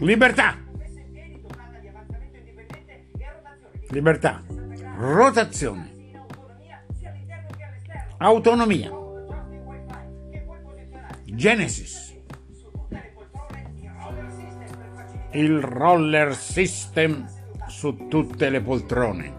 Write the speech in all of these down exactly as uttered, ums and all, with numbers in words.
Libertà. Libertà. Rotazione. Autonomia. Genesis. Il roller system su tutte le poltrone.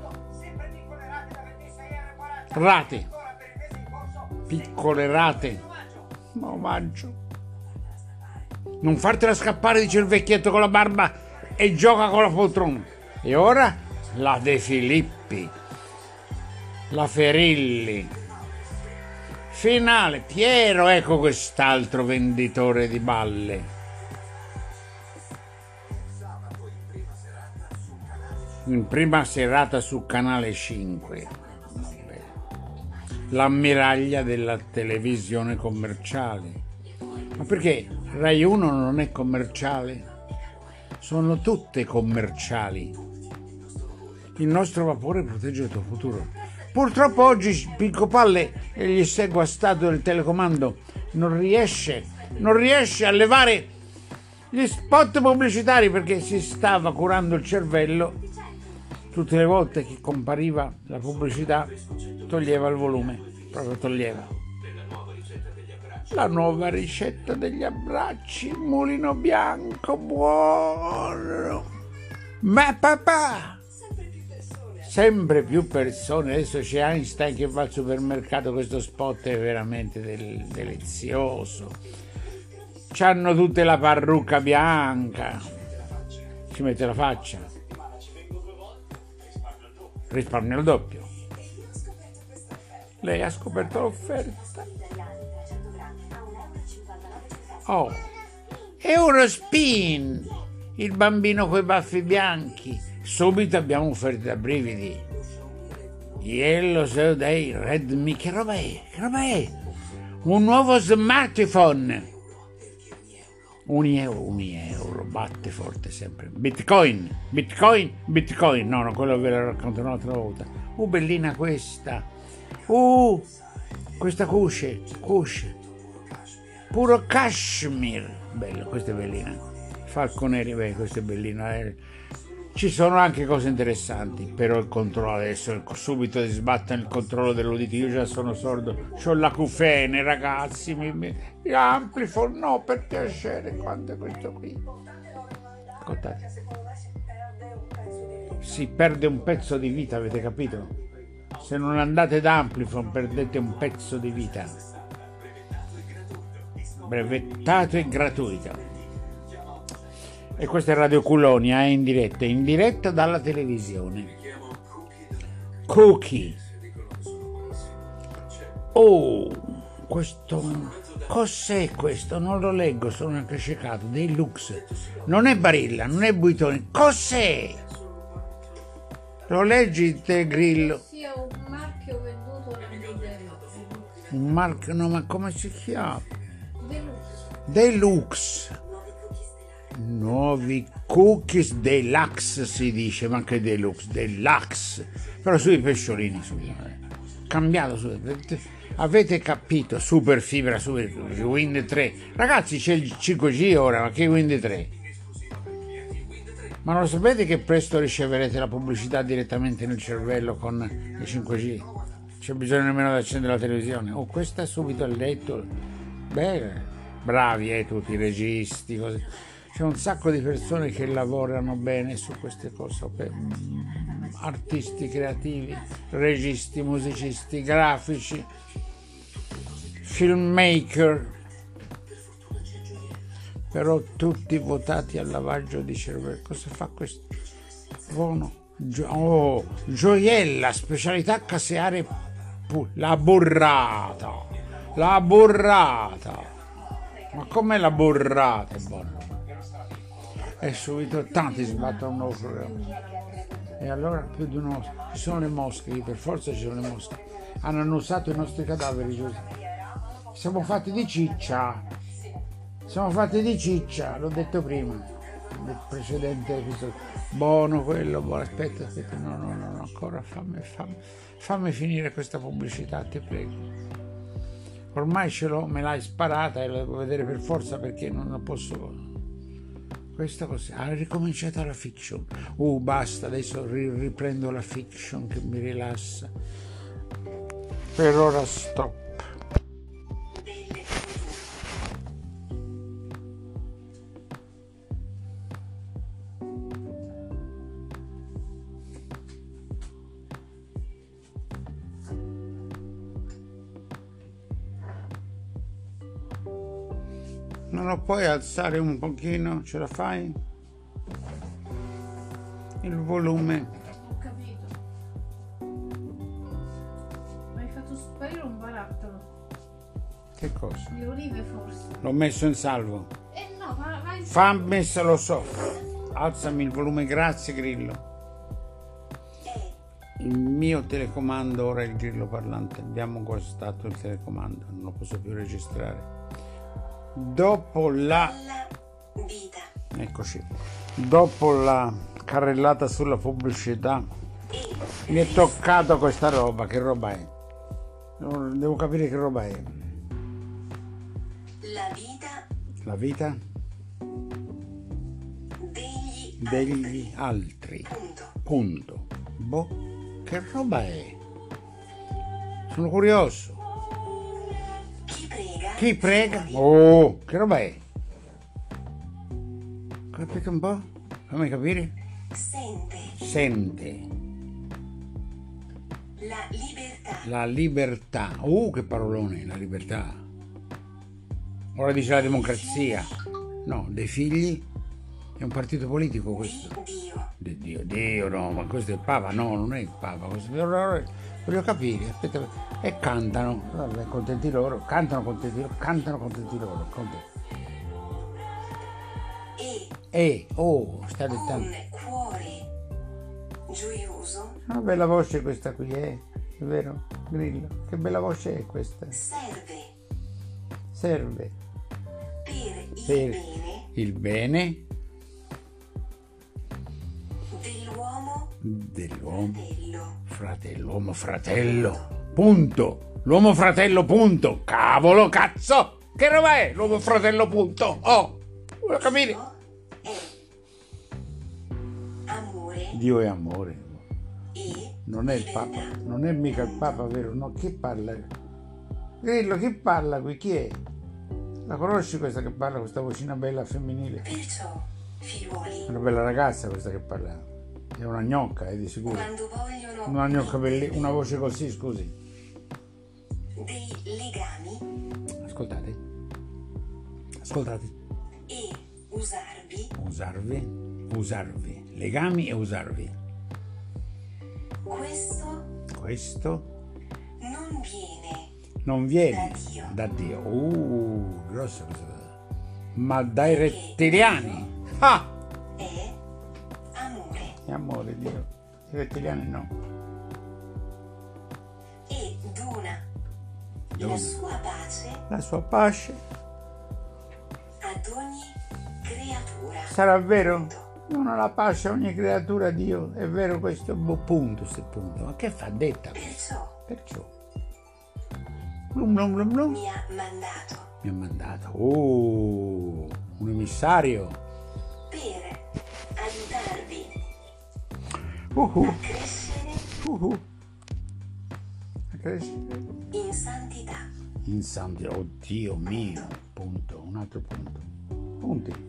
Rate. Piccole rate. Omaggio. Non fartela scappare, dice il vecchietto con la barba e gioca con la poltrona. E ora la De Filippi, la Ferilli. Finale, Piero, ecco quest'altro venditore di balle. In prima serata su Canale cinque. L'ammiraglia della televisione commerciale. Ma perché Rai uno non è commerciale? Sono tutte commerciali. Il nostro vapore protegge il tuo futuro. Purtroppo oggi Pinco Palle e gli segue a stato del telecomando non riesce, non riesce a levare gli spot pubblicitari perché si stava curando il cervello. Tutte le volte che compariva la pubblicità toglieva il volume, proprio toglieva. La nuova ricetta degli abbracci, mulino bianco, buono. Ma papà! Sempre più persone, adesso c'è Einstein che va al supermercato, questo spot è veramente del, delizioso. C'hanno tutte la parrucca bianca, ci mette la faccia, risparmia il doppio. Lei ha scoperto l'offerta. Oh, Eurospin, il bambino coi baffi bianchi. Subito abbiamo offerte da brividi. Yellow Day, Redmi, che roba è? Che roba è? Un nuovo smartphone. Un euro, un euro, batte forte sempre. Bitcoin, Bitcoin, Bitcoin. No, no, quello ve lo racconto un'altra volta. Uh, bellina questa. Uh, questa cusce, cusce. Puro cashmere. Bello, questa è bellina. Falconeri, beh, questa è bellina. Eh. Ci sono anche cose interessanti, però il controllo adesso, subito ti sbattono il controllo dell'udito. Io già sono sordo, c'ho la cufene, ragazzi, mi, mi, mi amplifon, no, per piacere, quanto è questo qui. Ascoltate. Si perde un pezzo di vita, avete capito? Se non andate da Amplifon perdete un pezzo di vita. Brevettato e gratuito. E questa è Radio Culonia, è in diretta, in diretta dalla televisione. Cookie. Oh, questo... Cos'è questo? Non lo leggo, sono anche ciecato. Deluxe. Non è Barilla, non è Buitoni. Cos'è? Lo leggi te, Grillo? Sì, è un marchio venduto da Deluxe. Un marchio, no, ma come si chiama? Deluxe. Deluxe. Nuovi cookies deluxe si dice, ma anche deluxe, deluxe, però sui pesciolini subito, eh. Cambiato subito. Avete capito? Super fibra, super Wind tre, ragazzi, c'è il cinque G ora, ma che Wind tre? Ma non lo sapete che presto riceverete la pubblicità direttamente nel cervello con il cinque G? C'è bisogno nemmeno di accendere la televisione. Oh, questa subito a letto. Bene, bravi eh, tutti i registi, così. C'è un sacco di persone che lavorano bene su queste cose, artisti creativi, registi, musicisti, grafici, filmmaker, però tutti votati al lavaggio di cervello. Cosa fa questo? Buono. Gio- oh, gioiella, specialità caseare, pu- la burrata, la burrata. Ma com'è la burrata? È buona. E subito tanti sbattono un nuovo programma. E allora più di uno, ci sono le mosche, per forza ci sono le mosche. Hanno annusato i nostri cadaveri. Siamo fatti di ciccia. Siamo fatti di ciccia, l'ho detto prima. Nel precedente episodio. Buono quello, buono. Aspetta, aspetta, no, no, no, ancora fammi, fammi, fammi finire questa pubblicità, ti prego. Ormai ce l'ho, me l'hai sparata e la devo vedere per forza perché non la posso. Questa cosa, ha ricominciato la fiction. Uh, basta, adesso ri- riprendo la fiction che mi rilassa. Per ora stop. Non lo puoi alzare un pochino? Ce la fai? Il volume. Ho capito. Ma hai fatto sparire un barattolo. Che cosa? Le olive forse. L'ho messo in salvo. Eh no, ma vai. Fammi se lo so. Alzami il volume, grazie Grillo. Il mio telecomando ora è il grillo parlante. Abbiamo guastato il telecomando, non lo posso più registrare. Dopo la vita. Eccoci. Dopo la carrellata sulla pubblicità mi è toccato questa roba. Che roba è? Devo capire che roba è. La vita La vita degli, degli altri. punto. Punto. Boh, che roba è? Sono curioso. Chi prega? Chi prega? Oh, che roba è? Capite un po'? Fammi capire. Sente Sente la libertà. la libertà. Oh, che parolone, la libertà. Ora dice la democrazia. No, dei figli. È un partito politico questo. Di Dio. Di Dio, Dio, no, ma questo è il Papa? No, non è il Papa. Questo... Voglio capire, aspetta. E cantano, vabbè, contenti loro, cantano contenti loro, cantano contenti loro. Contenti. E E, oh, sta dettando. un cuore gioioso Una bella voce questa qui, eh? È vero, Grillo? Che bella voce è questa? serve Serve per il per bene il bene dell'uomo dell'uomo fratello. fratello, l'uomo fratello, punto. L'uomo fratello, punto. Cavolo, cazzo! Che roba è l'uomo fratello, punto? Oh, voglio capire. È amore Dio è amore. e Non è il Papa, non è mica il Papa, vero? No, chi parla? Grillo, chi parla qui? Chi è? La conosci questa che parla, questa vocina bella femminile? perciò, figliuoli, È una bella ragazza questa che parla. È una gnocca, è di sicuro. quando vogliono Una gnocca belli, una voce così, scusi. dei legami Ascoltate. Ascoltate. e usarvi Usarvi, usarvi. Legami e usarvi. questo Questo non viene non viene Da Dio. da Dio. Uh, grossa cosa. Ma dai rettiliani. Ah! è amore È amore Dio. I rettiliani no. e dona Dona. la sua pace La sua pace ad ogni creatura. sarà vero? Dona la pace a ogni creatura Dio. È vero questo? Boh, punto, sto punto. Ma che fa detta? Perciò Perciò. Blum blum blum blum. mi ha mandato Mi ha mandato. Oh, un emissario. per aiutarvi Uh-huh. a crescere Uh-huh. A crescere. in santità. In santi, oh Dio mio, punto, un altro punto. Punti.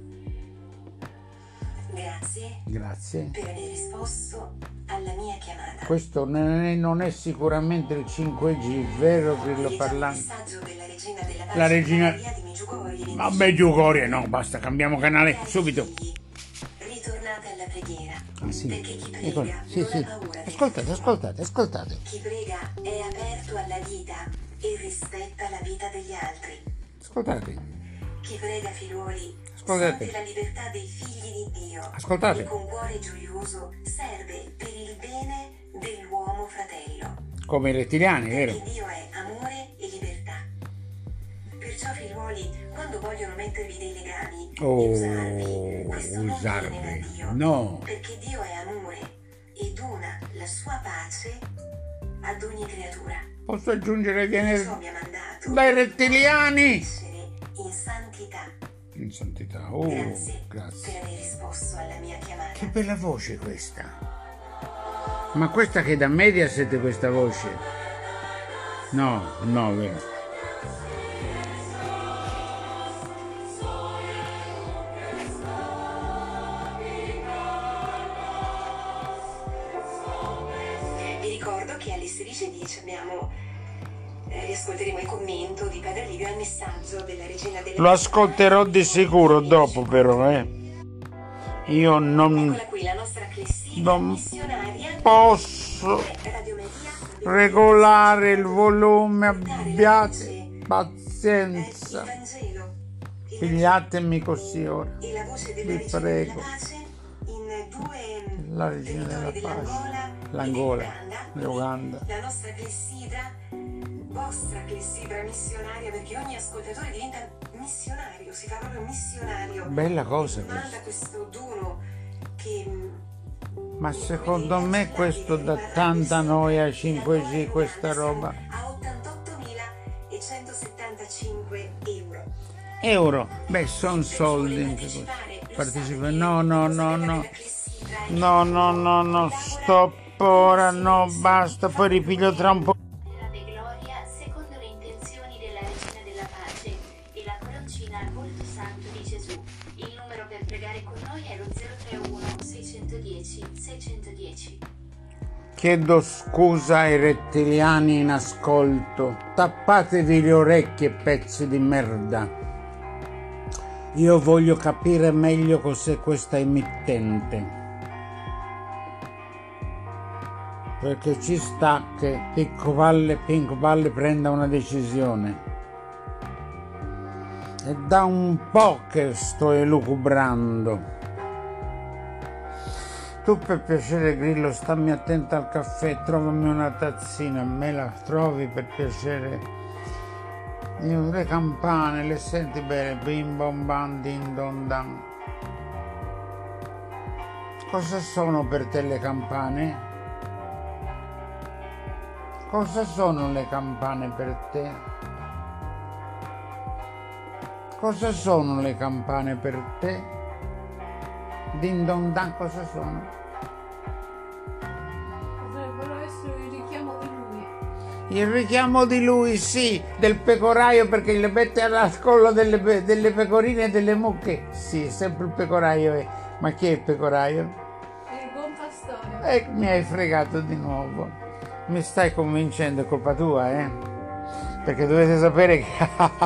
Grazie Grazie. per aver risposto alla mia chiamata. Questo non è, non è sicuramente il cinque G, vero Grillo Leggiamo il parlante? messaggio della regina della pace, La regina- Maria di Medjugorje. Vabbè, Giugorie, no, basta, cambiamo canale Cari subito. figli, ritornate alla preghiera, Ah, sì. perché chi Ecco, prega sì, non sì. ha paura. del Ascoltate, futuro. ascoltate, ascoltate. Chi prega è aperto alla vita e rispetta la vita degli altri. Ascoltate. Chi prega, figliuoli, Ascoltate. sente la libertà dei figli di Dio. Ascoltate. E con cuore gioioso serve per il bene dell'uomo fratello. Come i rettiliani, vero? Perché Dio è amore e libertà. Perciò, figliuoli, quando vogliono mettervi dei legami Oh, e usarvi, questo non usarvi. viene da Dio. No. Perché Dio è amore e dona la sua pace ad ogni creatura. Posso aggiungere, Perciò viene mi ha mandato dai per rettiliani. crescere in santità in santità. Oh, Grazie, grazie. per aver risposto alla mia chiamata. Che bella voce questa. Ma questa che è da Mediaset questa voce? No, no, vero. Vi ricordo che alle sedici e dieci abbiamo eh, riascolteremo il commento di Padre Livio al messaggio della Regina delle Lo ascolterò di sicuro dopo però, eh. Io non Eccola qui la nostra clessidra non missionaria. posso Radio Maria regolare il volume, abbiate il pazienza. Vangelo, il Pigliatemi così ora. e la voce della Vi Regina prego. della Pace in due La Regina della territori Pace, dell'Angola, l'Angola, e dell'Uganda. l'Uganda. La nostra clessidra, vostra clessidra missionaria, perché ogni ascoltatore diventa missionario, si fa proprio missionario. Bella cosa Manda questa. questo dono che Ma secondo me questo dà tanta noia ai cinque G, questa roba. a ottantottomilacentosettantacinque euro. Euro, beh, sono soldi anche questo. Partecipa, no, no, no, no. No, no, no, no, stop ora, no, basta, poi ripiglio tra un po'. Della gloria secondo le intenzioni della Regina della Pace e la coroncina al volto santo di Gesù. Il numero per pregare con noi è lo zero tre uno seicentodieci seicentodieci. Chiedo scusa ai rettiliani in ascolto. Tappatevi le orecchie, pezzi di merda. Io voglio capire meglio cos'è questa emittente. Perché ci sta che Pink Valle, Pink Valle prenda una decisione. E da un po' che sto elucubrando. Tu per piacere Grillo stammi attenta al caffè, trovami una tazzina, me la trovi per piacere. Io le campane le senti bene, bim bom bam din don dan. Cosa sono per te le campane? Cosa sono le campane per te? Cosa sono le campane per te? Din don dan, cosa sono? Potrebbero essere il richiamo di lui. Il richiamo di lui, sì, del pecoraio perché le mette al collo delle, pe- delle pecorine e delle mucche. Sì, sempre il pecoraio è. Ma chi è il pecoraio? Il buon pastore. E mi hai fregato di nuovo. Mi stai convincendo, è colpa tua, eh? Perché dovete sapere che...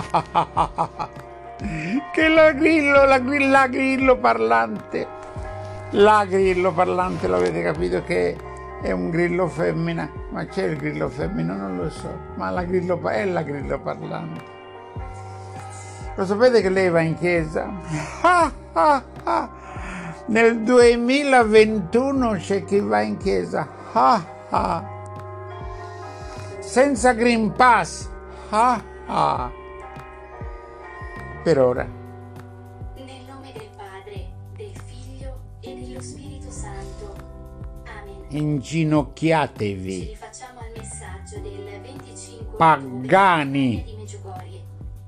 che la grillo, la grillo, la grillo parlante, la grillo parlante, l'avete capito che è un grillo femmina, ma c'è il grillo femmina, non lo so, ma la grillo è la grillo parlante. Lo sapete che lei va in chiesa? Ah, ah, ah. Nel duemilaventuno c'è chi va in chiesa, ah, ah. Senza Green Pass, ah, ah. Per ora. Nel nome del Padre, del Figlio e dello Spirito Santo. Amen. Inginocchiatevi, Ci rifacciamo al messaggio del venticinque pagani. di Meggiugorie.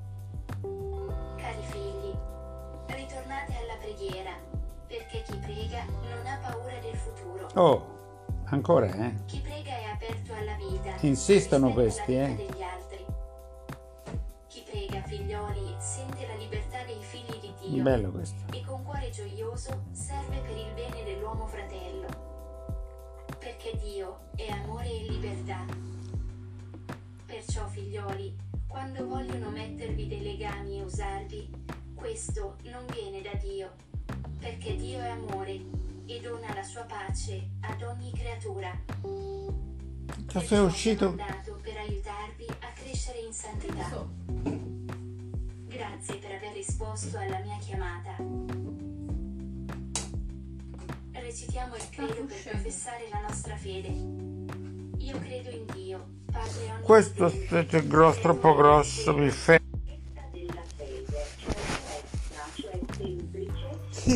Cari figli, ritornate alla preghiera, perché chi prega non ha paura del futuro. Oh, ancora, eh? Chi prega è aperto alla vita. Insistono rispetta questi, la eh? vita degli altri. Chi prega, figlioli, sente la libertà dei figli di Dio. Bello questo. E con cuore gioioso serve per il bene dell'uomo fratello. Perché Dio è amore e libertà. Perciò, figlioli, quando vogliono mettervi dei legami e usarvi, questo non viene da Dio, perché Dio è amore e dona la sua pace ad ogni creatura. Caffè Perciò uscito. vi ho mandato per aiutarvi a crescere in santità. So. Grazie per aver risposto alla mia chiamata. Recitiamo il credo per professare la nostra fede. Io credo in Dio, Padre onnipotente. Questo è grosso, troppo grosso, mi fe... della fede, cioè semplice,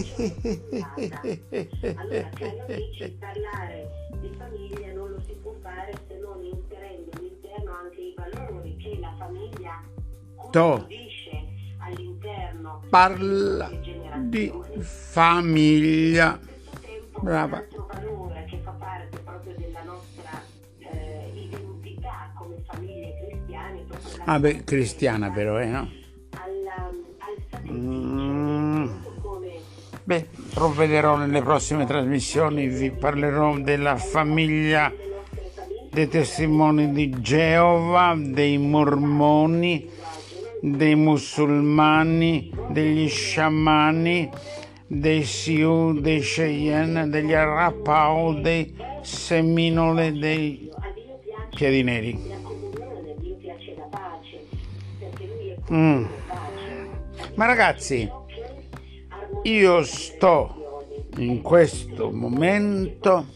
allora cari amici, parlare di famiglia non lo si può fare se non inserendo all'interno anche i valori che la famiglia To. custodisce all'interno parla di famiglia. Brava. Un altro valore che fa parte proprio della nostra eh, identità come famiglie cristiane. Ah beh, cristiana però, eh, no? Alla, al sacrificio, Mm. come Beh, provvederò nelle prossime trasmissioni, vi parlerò della famiglia dei testimoni di Geova, dei mormoni, dei musulmani, degli sciamani, dei Sioux, dei Cheyenne, degli Arapaho, dei Seminole, dei a Dio piace Piedi Neri. la comunione, a Dio piace la pace, perché Lui è Mm. pace. Ma ragazzi, io sto in questo momento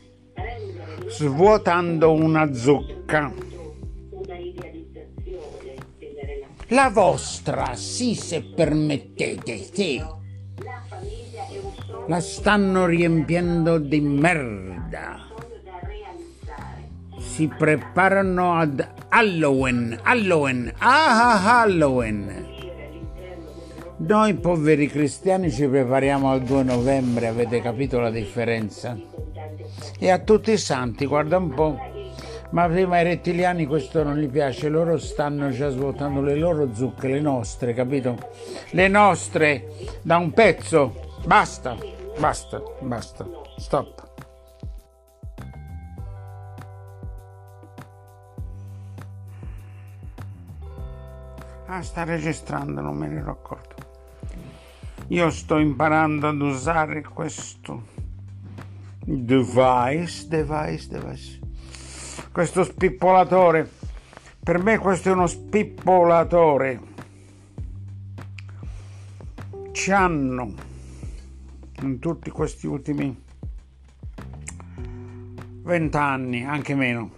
svuotando una zucca. Una idealizzazione delle relazioni. La vostra, sì, se permettete, sì. La famiglia è un sogno La stanno riempiendo di merda. da realizzare. Si preparano ad Halloween, Halloween, ah Halloween. Noi poveri cristiani ci prepariamo al due novembre, avete capito la differenza? E a tutti i santi, guarda un po'. Ma prima ai rettiliani questo non gli piace, loro stanno già svuotando le loro zucche, le nostre, capito? Le nostre, da un pezzo. Basta, basta, basta, stop. Ah, sta registrando, non me ne ero accorto. Io sto imparando ad usare questo device, device, device. Questo spippolatore. Per me questo è uno spippolatore. Ci hanno, in tutti questi ultimi vent'anni, anche meno,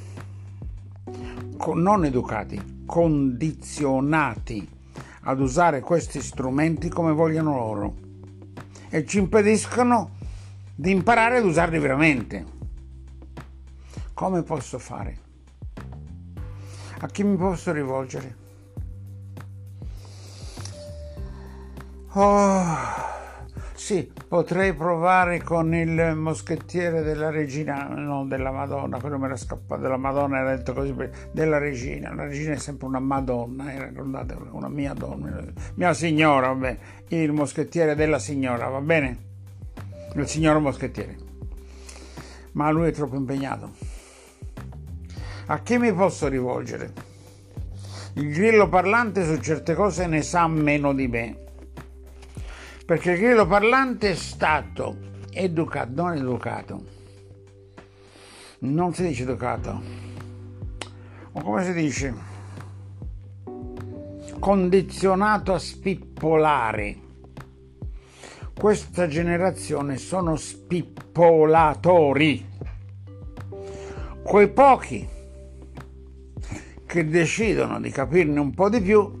con, non educati, condizionati ad usare questi strumenti come vogliono loro e ci impediscono di imparare ad usarli veramente. Come posso fare? A chi mi posso rivolgere? Oh, sì, potrei provare con il moschettiere della regina, non della Madonna, quello mi era scappato, della Madonna era detto così, della regina. La regina è sempre una Madonna, eh, ricordate, una mia donna, mia signora, vabbè, il moschettiere della signora, va bene? Il signor moschettiere. Ma lui è troppo impegnato. A chi mi posso rivolgere? Il grillo parlante su certe cose ne sa meno di me. Perché il grillo parlante è stato educato, non educato. Non si dice educato. O come si dice? Condizionato a spippolare. Questa generazione sono spippolatori. Quei pochi che decidono di capirne un po' di più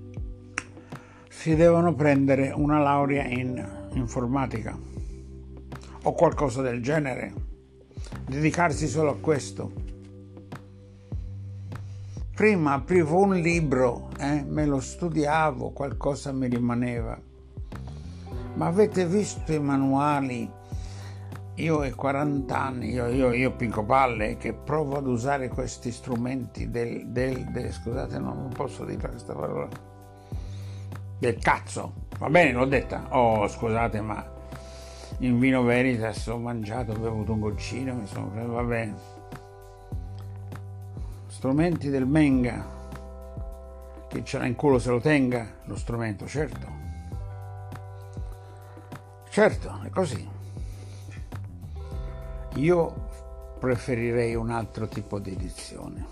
si devono prendere una laurea in informatica o qualcosa del genere, dedicarsi solo a questo. Prima aprivo un libro, eh, me lo studiavo, qualcosa mi rimaneva. Ma avete visto i manuali? Io ho quaranta anni, io, io, io pinco palle che provo ad usare questi strumenti del, del, del scusate, no, non posso dire questa parola, del cazzo, va bene, l'ho detta. Oh, scusate, ma in vino veritas ho mangiato, ho bevuto un goccino, mi sono preso, va bene. Strumenti del Menga, che ce l'ha in culo se lo tenga lo strumento, certo. Certo, è così. Io preferirei un altro tipo di edizione.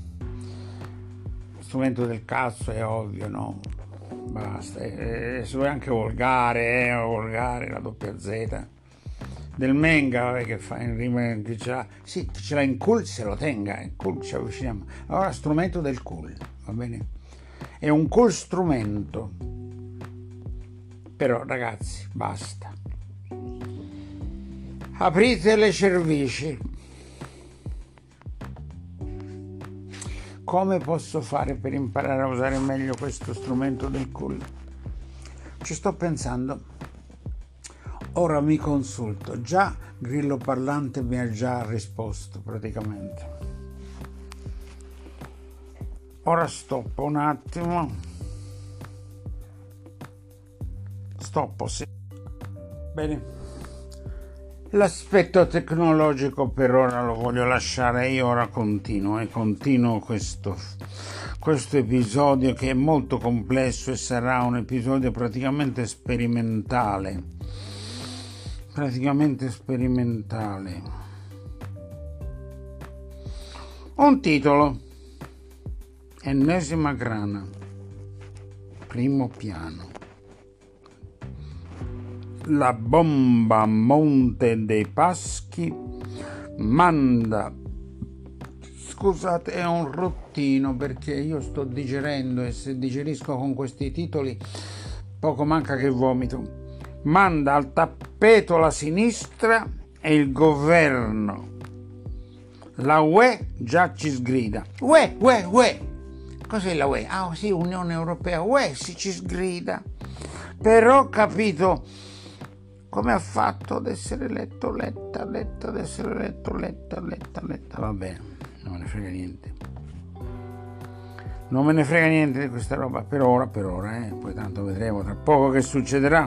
Lo strumento del cazzo è ovvio, no? Basta, e se vuoi anche volgare, eh, volgare, la doppia Z. Del Menga, vabbè, che fa in rima, chi ce l'ha? Sì, chi ce l'ha in cool se lo tenga, in cool ci avviciniamo. Allora, strumento del cool, va bene? È un cool strumento. Però, ragazzi, basta. Aprite le cervici. Come posso fare per imparare a usare meglio questo strumento del cool? ci sto pensando. Ora mi consulto. Già Grillo Parlante mi ha già risposto praticamente. Ora stoppo un attimo. Stoppo, sì. Bene. L'aspetto tecnologico per ora lo voglio lasciare, io ora continuo e continuo questo, questo episodio che è molto complesso e sarà un episodio praticamente sperimentale, praticamente sperimentale. Un titolo, ennesima grana, primo piano. La bomba a Monte dei Paschi manda, scusate, è un rottino perché io sto digerendo e se digerisco con questi titoli poco manca che vomito. Manda al tappeto la sinistra e il governo. La U E già ci sgrida. U E, U E, U E. Cos'è la U E? Ah sì, Unione Europea. U E si ci sgrida. Però capito come ha fatto ad essere eletto Letta, Letta, ad essere eletto Letta, Letta, Letta, va bene, non me ne frega niente. Non me ne frega niente di questa roba, per ora, per ora, eh. Poi tanto vedremo tra poco che succederà.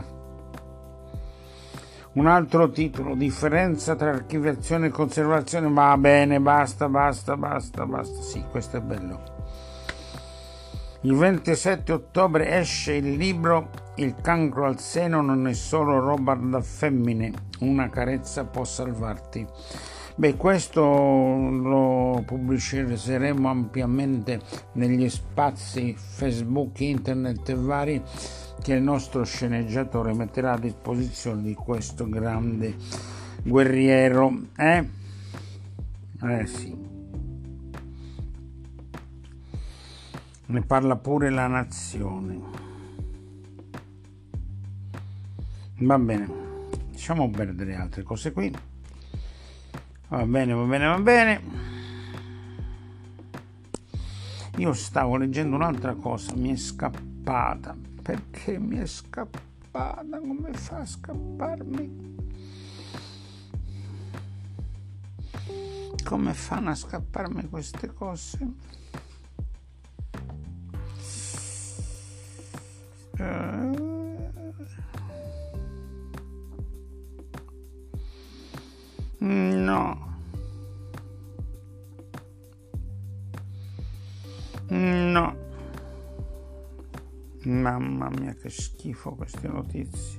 Un altro titolo, differenza tra archiviazione e conservazione, va bene, basta, basta, basta, basta, sì, questo è bello. Il ventisette ottobre esce il libro Il cancro al seno non è solo roba da femmine, una carezza può salvarti. Beh, questo lo pubblicheremo ampiamente negli spazi Facebook, internet e vari che il nostro sceneggiatore metterà a disposizione di questo grande guerriero. Eh? Eh sì. Ne parla pure La Nazione. Va bene, lasciamo perdere altre cose qui. Va bene, va bene, va bene. Io stavo leggendo un'altra cosa, mi è scappata. Perché mi è scappata? Come fa a scapparmi? Come fanno a scapparmi queste cose? No, no, mamma mia che schifo queste notizie.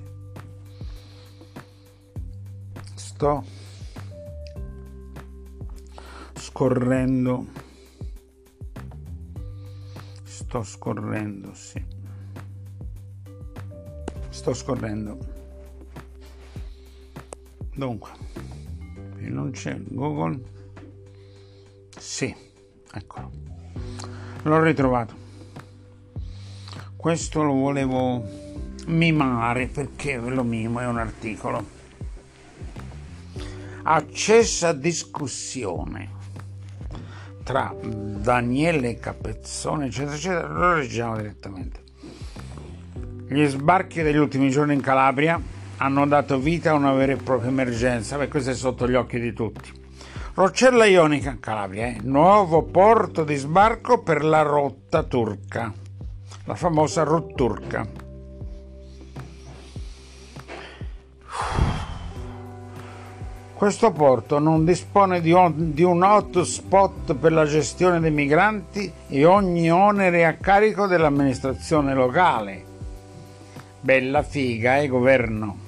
Sto scorrendo, sto scorrendo, sì, sto scorrendo. Dunque, non c'è Google, sì, eccolo, l'ho ritrovato. Questo lo volevo mimare perché ve lo mimo, è un articolo. Accesa discussione tra Daniele Capezzone eccetera eccetera, lo leggiamo direttamente. Gli sbarchi degli ultimi giorni in Calabria hanno dato vita a una vera e propria emergenza. Beh, questo è sotto gli occhi di tutti. Roccella Ionica, Calabria, eh? Nuovo porto di sbarco per la rotta turca, la famosa rotta turca. Questo porto non dispone di, on- di un hotspot per la gestione dei migranti e ogni onere è a carico dell'amministrazione locale. Bella figa, eh, governo.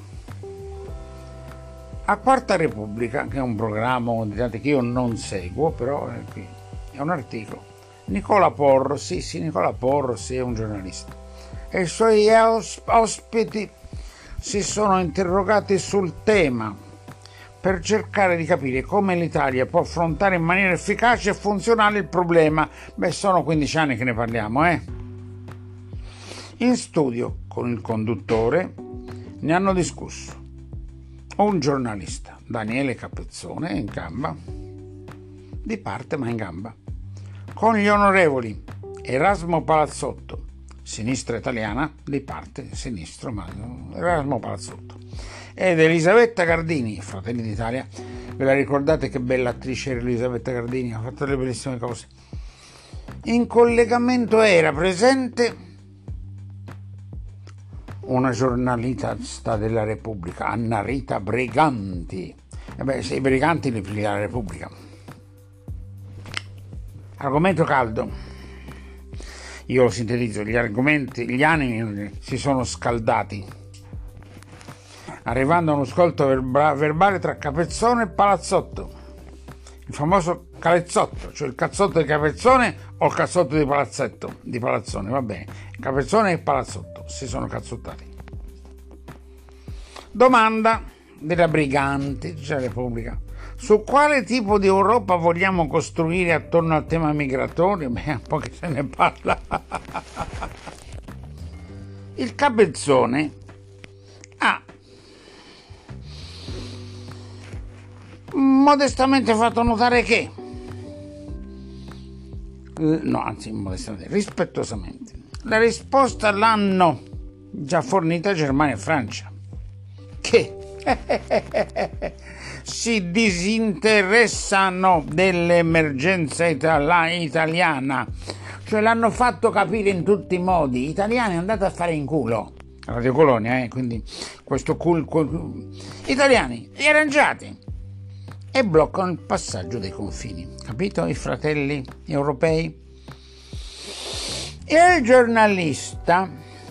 A Quarta Repubblica, che è un programma che io non seguo, però è qui, è un articolo. Nicola Porro, sì, sì, Nicola Porro, sì, è un giornalista. E i suoi ospiti si sono interrogati sul tema per cercare di capire come l'Italia può affrontare in maniera efficace e funzionale il problema. Beh, sono quindici anni che ne parliamo, eh? In studio con il conduttore ne hanno discusso un giornalista, Daniele Capezzone, in gamba, di parte ma in gamba, con gli onorevoli Erasmo Palazzotto, sinistra italiana di parte sinistro, ma Erasmo Palazzotto, ed Elisabetta Gardini, Fratelli d'Italia. Ve la ricordate che bella attrice era Elisabetta Gardini? Ha fatto delle bellissime cose. In collegamento era presente una giornalista della Repubblica, Anna Rita Briganti. E beh, se i briganti li figli della Repubblica. Argomento caldo. Io lo sintetizzo, gli argomenti, gli animi si sono scaldati, arrivando a uno scontro verba- verbale tra Capezzone e Palazzotto. Il famoso calezzotto, cioè il cazzotto di Capezzone o il cazzotto di Palazzetto, di Palazzone, va bene. Capezzone e Palazzotto si sono cazzottati. Domanda della Briganti, cioè Repubblica: su quale tipo di Europa vogliamo costruire attorno al tema migratorio? Beh, un po' che se ne parla. Il Capezzone ha modestamente fatto notare che no, anzi modestamente, rispettosamente, la risposta l'hanno già fornita Germania e Francia, che si disinteressano dell'emergenza itali- italiana, cioè l'hanno fatto capire in tutti i modi. Italiani, andate a fare in culo. Radio Colonia, eh, quindi questo cul, cul, italiani gli arrangiati, e bloccano il passaggio dei confini, capito? I fratelli europei. E il giornalista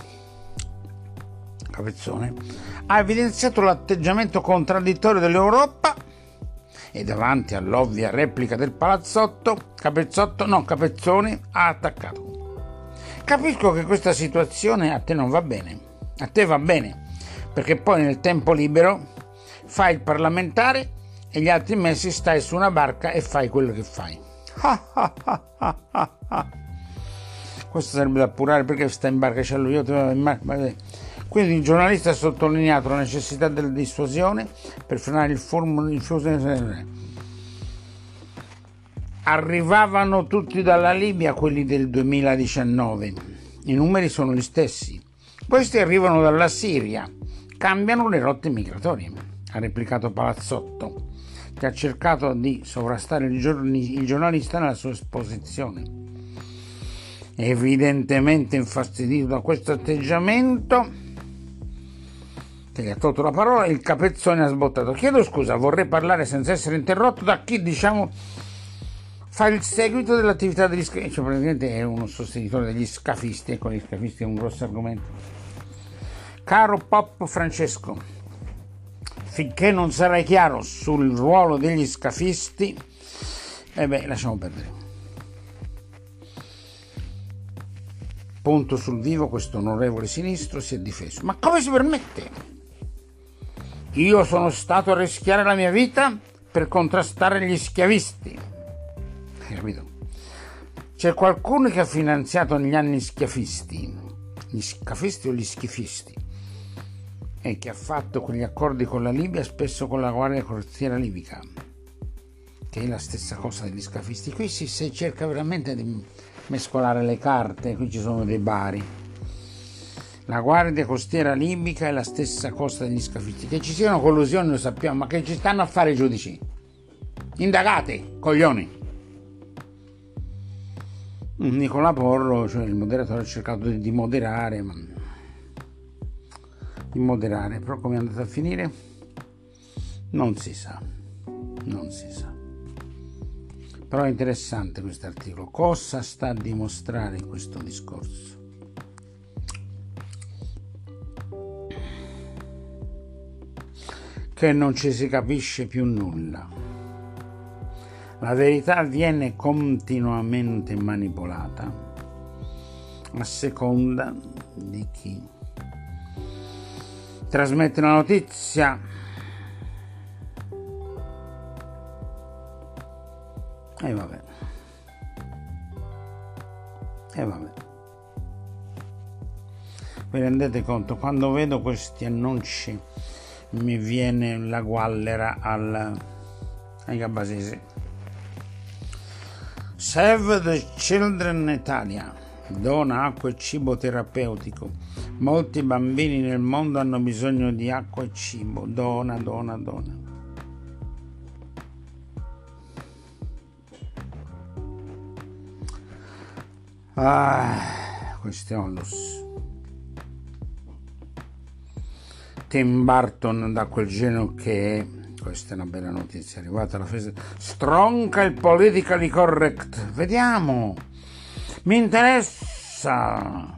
Capezzone ha evidenziato l'atteggiamento contraddittorio dell'Europa e davanti all'ovvia replica del Palazzotto, Capezzotto, no, Capezzone ha attaccato. Capisco che questa situazione a te non va bene, a te va bene, perché poi nel tempo libero fai il parlamentare e gli altri mesi stai su una barca e fai quello che fai. Questo serve da appurare, perché stai in barca, c'è lui, io in barca. Quindi il giornalista ha sottolineato la necessità della dissuasione per frenare il flusso. Arrivavano tutti dalla Libia quelli del duemiladiciannove, i numeri sono gli stessi. Questi arrivano dalla Siria, cambiano le rotte migratorie, ha replicato Palazzotto, che ha cercato di sovrastare il, giorni, il giornalista nella sua esposizione. Evidentemente infastidito da questo atteggiamento, che gli ha tolto la parola, il Capezzone ha sbottato: chiedo scusa, vorrei parlare senza essere interrotto da chi, diciamo, fa il seguito dell'attività degli scafisti. Cioè, praticamente è uno sostenitore degli scafisti. Ecco, gli scafisti è un grosso argomento. Caro Pop Francesco, finché non sarai chiaro sul ruolo degli scafisti, e eh beh, lasciamo perdere. Punto sul vivo, questo onorevole sinistro si è difeso. Ma come si permette? Io sono stato a rischiare la mia vita per contrastare gli schiavisti. Hai capito? C'è qualcuno che ha finanziato negli anni schiafisti, gli scafisti o gli schifisti, e che ha fatto quegli accordi con la Libia, spesso con la guardia costiera libica, che è la stessa cosa degli scafisti. Qui si, si cerca veramente di mescolare le carte. Qui ci sono dei bari. La guardia costiera libica è la stessa cosa degli scafisti. Che ci siano collusioni lo sappiamo, ma che ci stanno a fare i giudici? Indagate, coglioni. Nicola Porro, cioè il moderatore, ha cercato di moderare, ma di moderare, però come è andato a finire non si sa, non si sa. Però è interessante questo articolo. Cosa sta a dimostrare questo discorso? Che non ci si capisce più nulla. La verità viene continuamente manipolata a seconda di chi trasmette la notizia. E vabbè. E vabbè. Vi rendete conto? Quando vedo questi annunci mi viene la guallera al, ai gabbasesi. Save the Children Italia. Dona acqua e cibo terapeutico. Molti bambini nel mondo hanno bisogno di acqua e cibo. Dona, dona, dona. Ah, questo è onlus. Tim Burton, da quel genio che è, questa è una bella notizia, è arrivata alla festa, stronca il politically correct. Vediamo, mi interessa.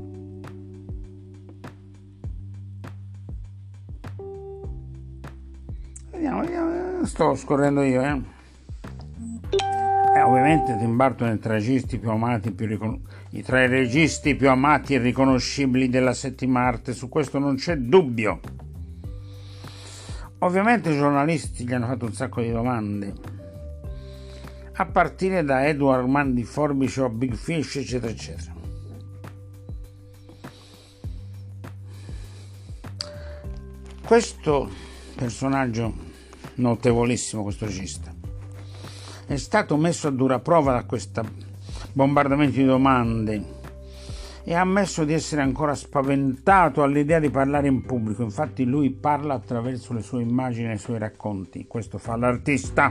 Vediamo, vediamo, sto scorrendo io, eh. Eh, ovviamente Tim Burton è tra i registi più amati, più ricon- tra i registi più amati e riconoscibili della settima arte, su questo non c'è dubbio. Ovviamente i giornalisti gli hanno fatto un sacco di domande, a partire da Edward Mann di Forbice o Big Fish, eccetera, eccetera. Questo personaggio notevolissimo, questo regista, è stato messo a dura prova da questo bombardamento di domande e ha ammesso di essere ancora spaventato all'idea di parlare in pubblico. Infatti lui parla attraverso le sue immagini e i suoi racconti. Questo fa l'artista.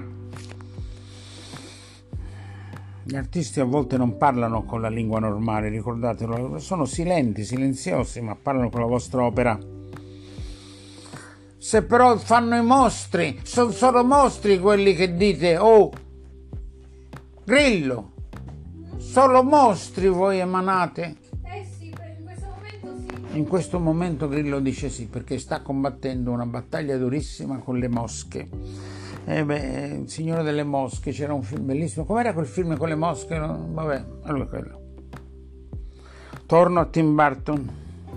Gli artisti a volte non parlano con la lingua normale, ricordatelo, sono silenti, silenziosi, ma parlano con la vostra opera. Se però fanno i mostri, sono solo mostri quelli che dite, oh, Grillo, solo mostri voi emanate? Eh sì, in questo momento sì. In questo momento Grillo dice sì, perché sta combattendo una battaglia durissima con le mosche. Eh beh, il Signore delle Mosche, c'era un film bellissimo. Com'era quel film con le mosche? No? Vabbè, allora quello. Torno a Tim Burton.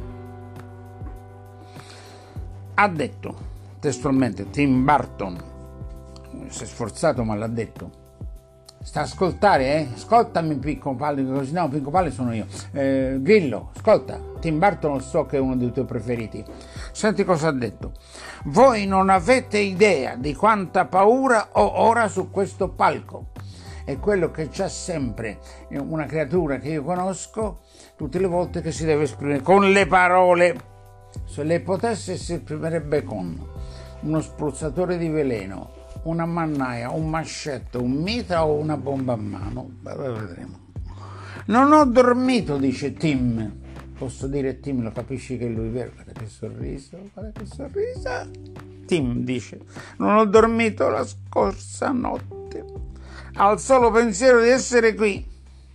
Ha detto testualmente Tim Burton, si è sforzato ma l'ha detto. Sta a ascoltare, eh? Ascoltami Picco Palle, così no, Picco Palle sono io. Eh, Grillo, ascolta, Tim Burton lo so che è uno dei tuoi preferiti. Senti cosa ha detto. Voi non avete idea di quanta paura ho ora su questo palco. È quello che c'ha sempre una creatura che io conosco tutte le volte che si deve esprimere con le parole. Se lei potesse si esprimerebbe con uno spruzzatore di veleno, una mannaia, un mascetto, un mitra o una bomba a mano. Beh, vedremo. Non ho dormito, dice Tim. Posso dire Tim, lo capisci che è lui, vero? Guarda che sorriso, guarda che sorriso. Tim dice, non ho dormito la scorsa notte al solo pensiero di essere qui.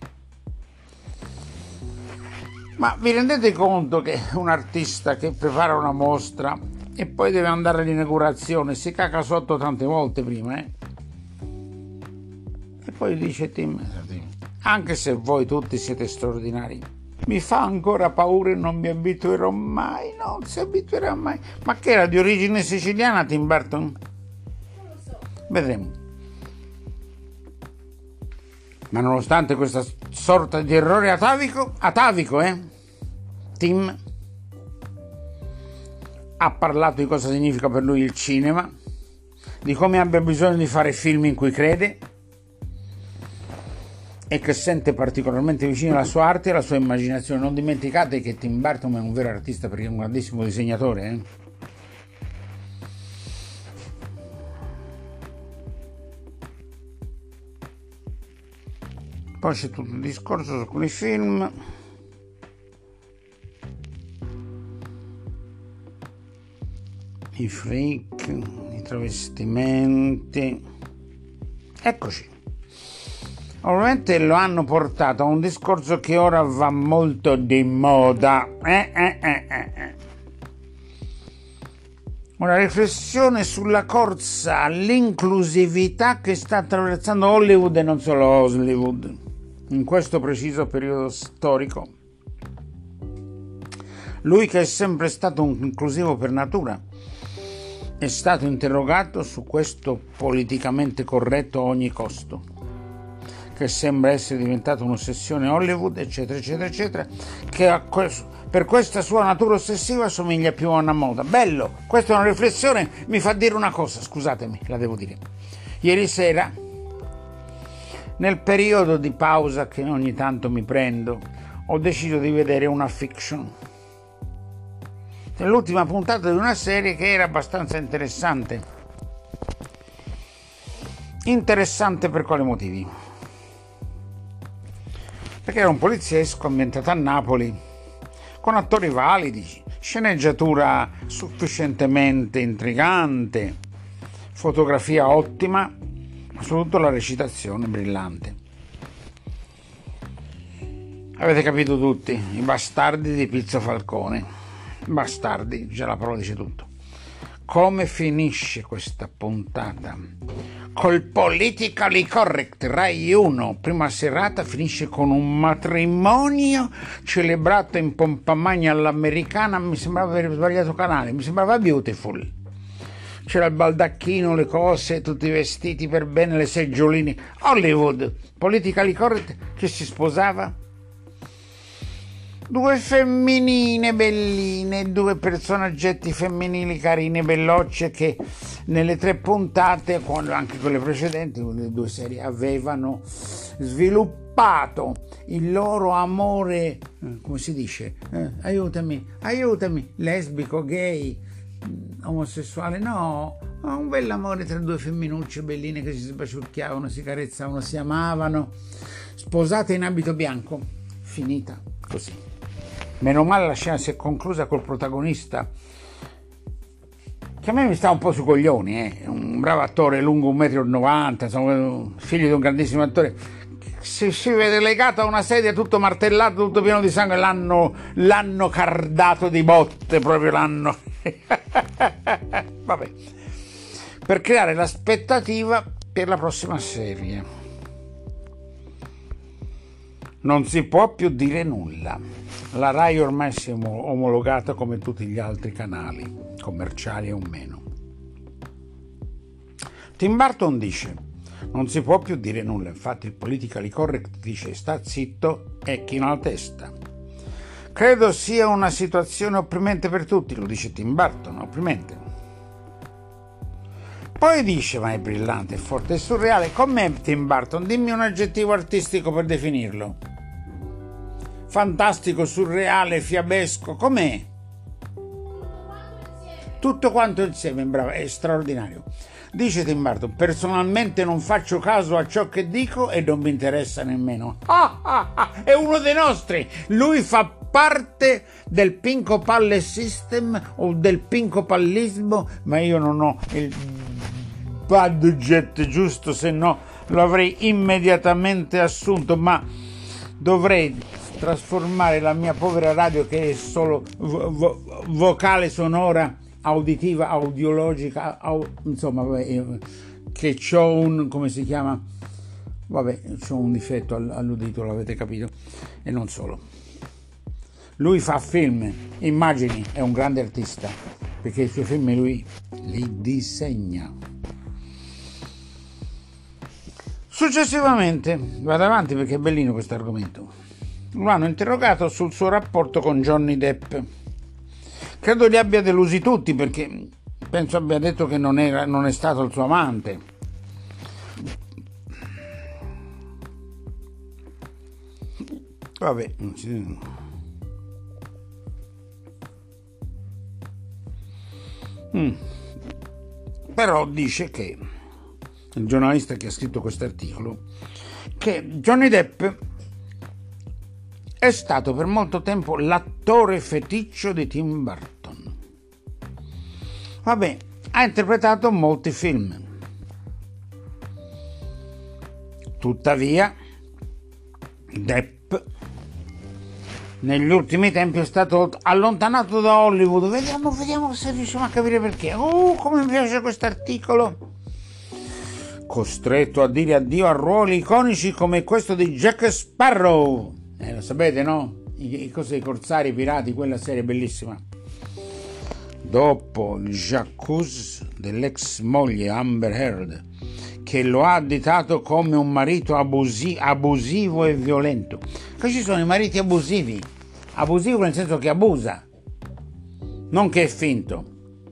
Ma vi rendete conto che un artista che prepara una mostra e poi deve andare all'inaugurazione si caca sotto tante volte prima, eh? E poi dice Tim, anche se voi tutti siete straordinari, mi fa ancora paura e non mi abituerò mai, non si abituerà mai. Ma che era di origine siciliana Tim Burton? Non lo so. Vedremo. Ma nonostante questa sorta di errore atavico, atavico, eh? Tim ha parlato di cosa significa per lui il cinema, di come abbia bisogno di fare film in cui crede e che sente particolarmente vicino alla sua arte e alla sua immaginazione. Non dimenticate che Tim Burton è un vero artista perché è un grandissimo disegnatore, eh? Poi c'è tutto il discorso su alcuni film. I freak, i travestimenti. Eccoci. Ovviamente lo hanno portato a un discorso che ora va molto di moda. Eh, eh, eh, eh. Una riflessione sulla corsa all'inclusività che sta attraversando Hollywood e non solo Hollywood in questo preciso periodo storico. Lui, che è sempre stato un inclusivo per natura, è stato interrogato su questo politicamente corretto a ogni costo, che sembra essere diventato un'ossessione Hollywood, eccetera, eccetera, eccetera, che a questo, per questa sua natura ossessiva somiglia più a una moda. Bello, questa è una riflessione, mi fa dire una cosa, scusatemi, la devo dire. Ieri sera, nel periodo di pausa che ogni tanto mi prendo, ho deciso di vedere una fiction. È l'ultima puntata di una serie che era abbastanza interessante. Interessante per quali motivi? Perché era un poliziesco ambientato a Napoli, con attori validi, sceneggiatura sufficientemente intrigante, fotografia ottima, ma soprattutto la recitazione brillante. Avete capito tutti, i bastardi di Pizzo Falcone. Bastardi, già la parola dice tutto. Come finisce questa puntata? Col politically correct Rai uno, prima serata, finisce con un matrimonio celebrato in pompa magna all'americana. Mi sembrava aver sbagliato canale, mi sembrava Beautiful. C'era il baldacchino, le cose, tutti i vestiti per bene, le seggioline. Hollywood, politically correct, che si sposava. Due femminine belline, due personaggetti femminili carine, bellocce, che nelle tre puntate, quando anche quelle precedenti, le due serie, avevano sviluppato il loro amore, come si dice? Eh, aiutami, aiutami, lesbico, gay, omosessuale, no, un bell'amore tra due femminucce belline che si sbaciucchiavano, si carezzavano, si amavano, sposate in abito bianco, finita così. Meno male la scena si è conclusa col protagonista, che a me mi sta un po' sui coglioni, eh? Un bravo attore, lungo un metro e novanta, insomma, figlio di un grandissimo attore. Si, si vede legato a una sedia, tutto martellato, tutto pieno di sangue, l'hanno, l'hanno cardato di botte, proprio l'hanno... Vabbè, per creare l'aspettativa per la prossima serie. Non si può più dire nulla. La Rai ormai si è omologata come tutti gli altri canali, commerciali o meno. Tim Burton dice: non si può più dire nulla. Infatti il politically correct dice: sta zitto e chino la testa. Credo sia una situazione opprimente per tutti, lo dice Tim Burton, opprimente. Poi dice: ma è brillante, è forte, è surreale. Com'è Tim Burton? Dimmi un aggettivo artistico per definirlo. Fantastico, surreale, fiabesco, com'è? Tutto quanto insieme, bravo, è straordinario. Dice Tim Burton: personalmente non faccio caso a ciò che dico e non mi interessa nemmeno. Ah, ah, ah, è uno dei nostri. Lui fa parte del Pinco Palle System o del Pinco Pallismo, ma io non ho il budget giusto, se no lo avrei immediatamente assunto, ma dovrei trasformare la mia povera radio, che è solo vo- vo- vocale, sonora, auditiva, audiologica, au- insomma, vabbè, che c'ho un, come si chiama? Vabbè, c'ho un difetto all'udito, l'avete capito, e non solo. Lui fa film, immagini, è un grande artista, perché i suoi film lui li disegna. Successivamente, vado avanti perché è bellino questo argomento. Lo hanno interrogato sul suo rapporto con Johnny Depp. Credo li abbia delusi tutti, perché penso abbia detto che non, era, non è stato il suo amante. Vabbè, non si... Mm. Però dice che il giornalista che ha scritto questo articolo, che Johnny Depp è stato per molto tempo l'attore feticcio di Tim Burton. Vabbè, ha interpretato molti film. Tuttavia, Depp negli ultimi tempi è stato allontanato da Hollywood. Vediamo, vediamo se riusciamo a capire perché. Oh, come mi piace questo articolo. Costretto a dire addio a ruoli iconici come questo di Jack Sparrow. Eh, lo sapete, no? I, i, cose, i corsari, i pirati, quella serie bellissima. Dopo il j'accuse dell'ex moglie Amber Heard, che lo ha additato come un marito abusi- abusivo e violento. Che ci sono i mariti abusivi. Abusivo nel senso che abusa, non che è finto.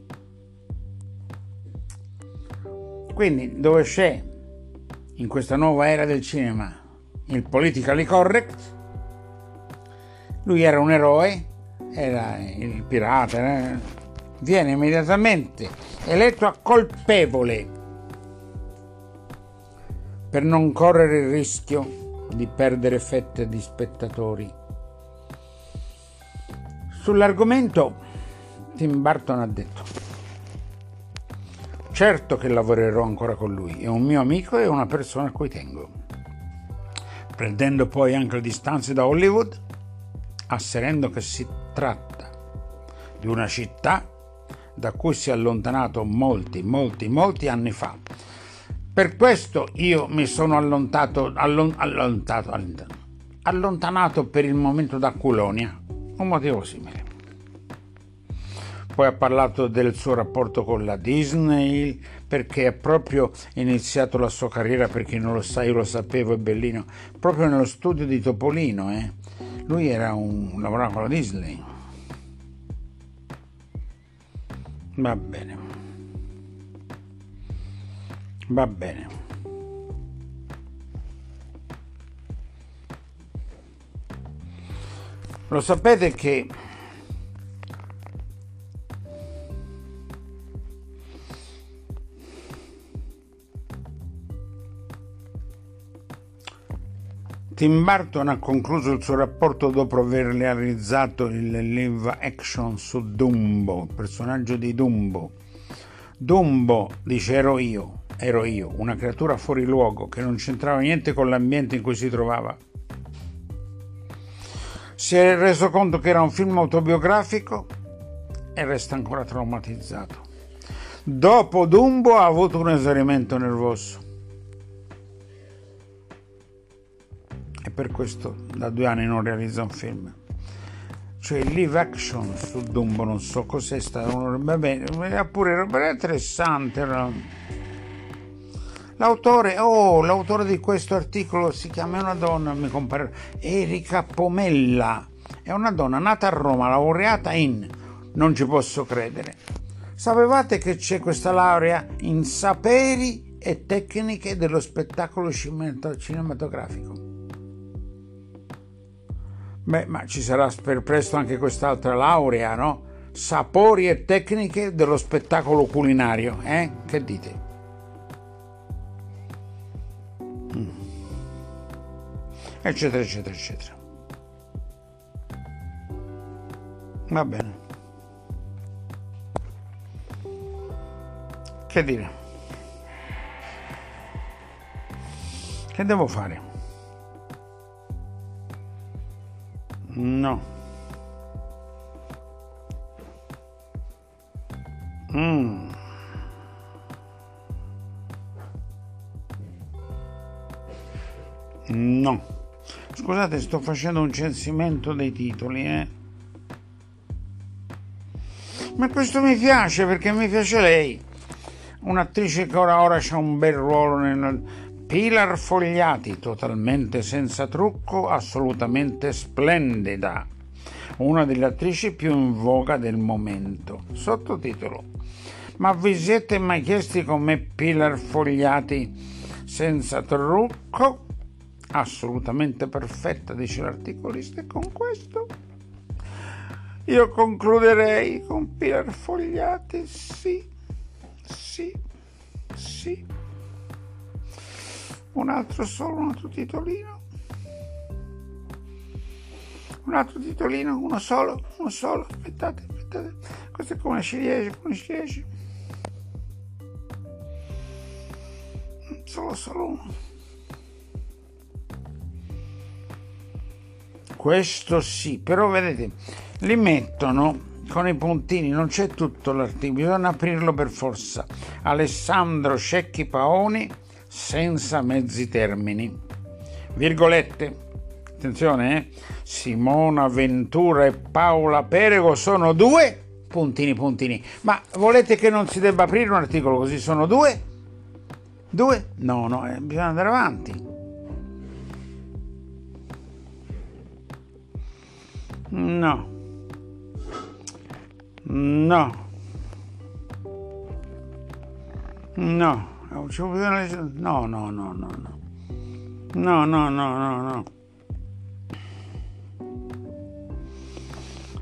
Quindi dove c'è in questa nuova era del cinema il politically correct, Lui era un eroe, era il pirata, era... viene immediatamente eletto a colpevole per non correre il rischio di perdere fette di spettatori. Sull'argomento Tim Burton ha detto: certo che lavorerò ancora con lui, è un mio amico e una persona a cui tengo. Prendendo poi anche le distanze da Hollywood, asserendo che si tratta di una città da cui si è allontanato molti, molti, molti anni fa. Per questo io mi sono allontanato, allon, allontanato, allontanato per il momento da Culonia, un motivo simile. Poi ha parlato del suo rapporto con la Disney, perché ha proprio iniziato la sua carriera, per chi non lo sa, io lo sapevo, è bellino, proprio nello studio di Topolino. Eh. Lui era un lavorava con la Disney. Va bene. Va bene. Lo sapete che Tim Burton ha concluso il suo rapporto dopo aver realizzato il live action su Dumbo, il personaggio di Dumbo. Dumbo, dice, ero io, ero io, una creatura fuori luogo che non c'entrava niente con l'ambiente in cui si trovava. Si è reso conto che era un film autobiografico e resta ancora traumatizzato. Dopo Dumbo ha avuto un esaurimento nervoso. E per questo da due anni non realizza un film. Cioè il live action su Dumbo, non so cos'è stato, vabbè, era pure era interessante. Era... L'autore, oh, l'autore di questo articolo si chiama, è una donna, mi compare, Erika Pomella, è una donna nata a Roma, laureata in, non ci posso credere. Sapevate che c'è questa laurea in saperi e tecniche dello spettacolo cinematografico? Beh, ma ci sarà per presto anche quest'altra laurea, no? Sapori e tecniche dello spettacolo culinario, eh? Che dite? Mm. Eccetera, eccetera, eccetera. Va bene. Che dire? Che devo fare? No. Mm. No. Scusate, sto facendo un censimento dei titoli, eh. Ma questo mi piace perché mi piace lei. Un'attrice che ora ora c'ha un bel ruolo nel... Pilar Fogliati, totalmente senza trucco, assolutamente splendida. Una delle attrici più in voga del momento. Sottotitolo: ma vi siete mai chiesti com'è Pilar Fogliati senza trucco? Assolutamente perfetta, dice l'articolista, e con questo io concluderei con Pilar Fogliati. Sì, sì, sì. Un altro solo, un altro titolino. Un altro titolino, uno solo, uno solo. Aspettate, aspettate. Questo è come una ciliegia, come una ciliegia. Solo, solo uno. Questo sì, però vedete, li mettono con i puntini, non c'è tutto l'articolo, bisogna aprirlo per forza. Alessandro Cecchi Paoni, senza mezzi termini, virgolette, attenzione, eh? Simona Ventura e Paola Perego sono due, puntini puntini, ma volete che non si debba aprire un articolo così? Sono due? Due? No, no, eh, bisogna andare avanti. No. No. No. No, no, no, no, no. No, no, no, no, no.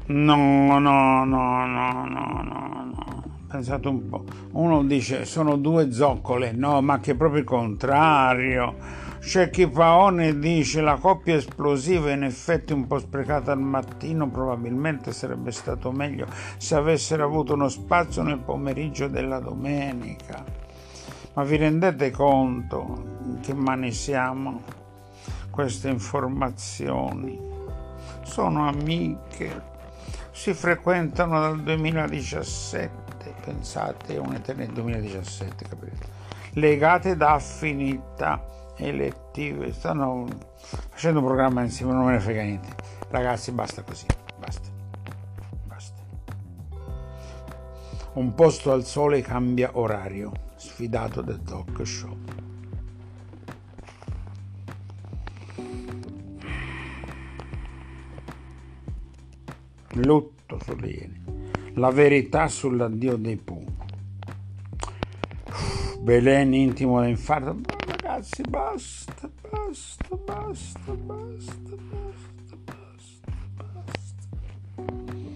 No, no, no, no, no, no, no. Pensate un po'. Uno dice sono due zoccole, no, ma che è proprio il contrario. C'è chi Paone dice la coppia esplosiva in effetti un po' sprecata al mattino, probabilmente sarebbe stato meglio se avessero avuto uno spazio nel pomeriggio della domenica. Ma vi rendete conto in che mani siamo? Queste informazioni sono amiche, si frequentano dal duemiladiciassette, pensate, è un'eternità, duemiladiciassette, capite? Legate da affinità elettive, stanno facendo un programma insieme, non me ne frega niente. Ragazzi, basta così, basta, basta. Un posto al sole cambia orario, sfidato del talk show. Lutto sulle Iene, la verità sull'addio dei Pooh. Belen intimo da infarto. Ma ragazzi, basta, basta, basta, basta, basta, basta, basta.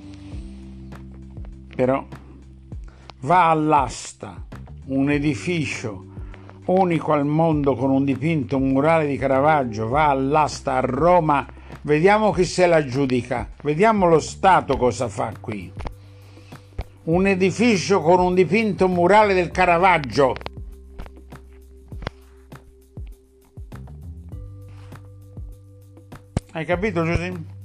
Però va all'asta un edificio unico al mondo con un dipinto, un murale di Caravaggio, va all'asta a Roma. Vediamo chi se la giudica, vediamo lo Stato cosa fa qui. Un edificio con un dipinto murale del Caravaggio. Hai capito, Giuseppe?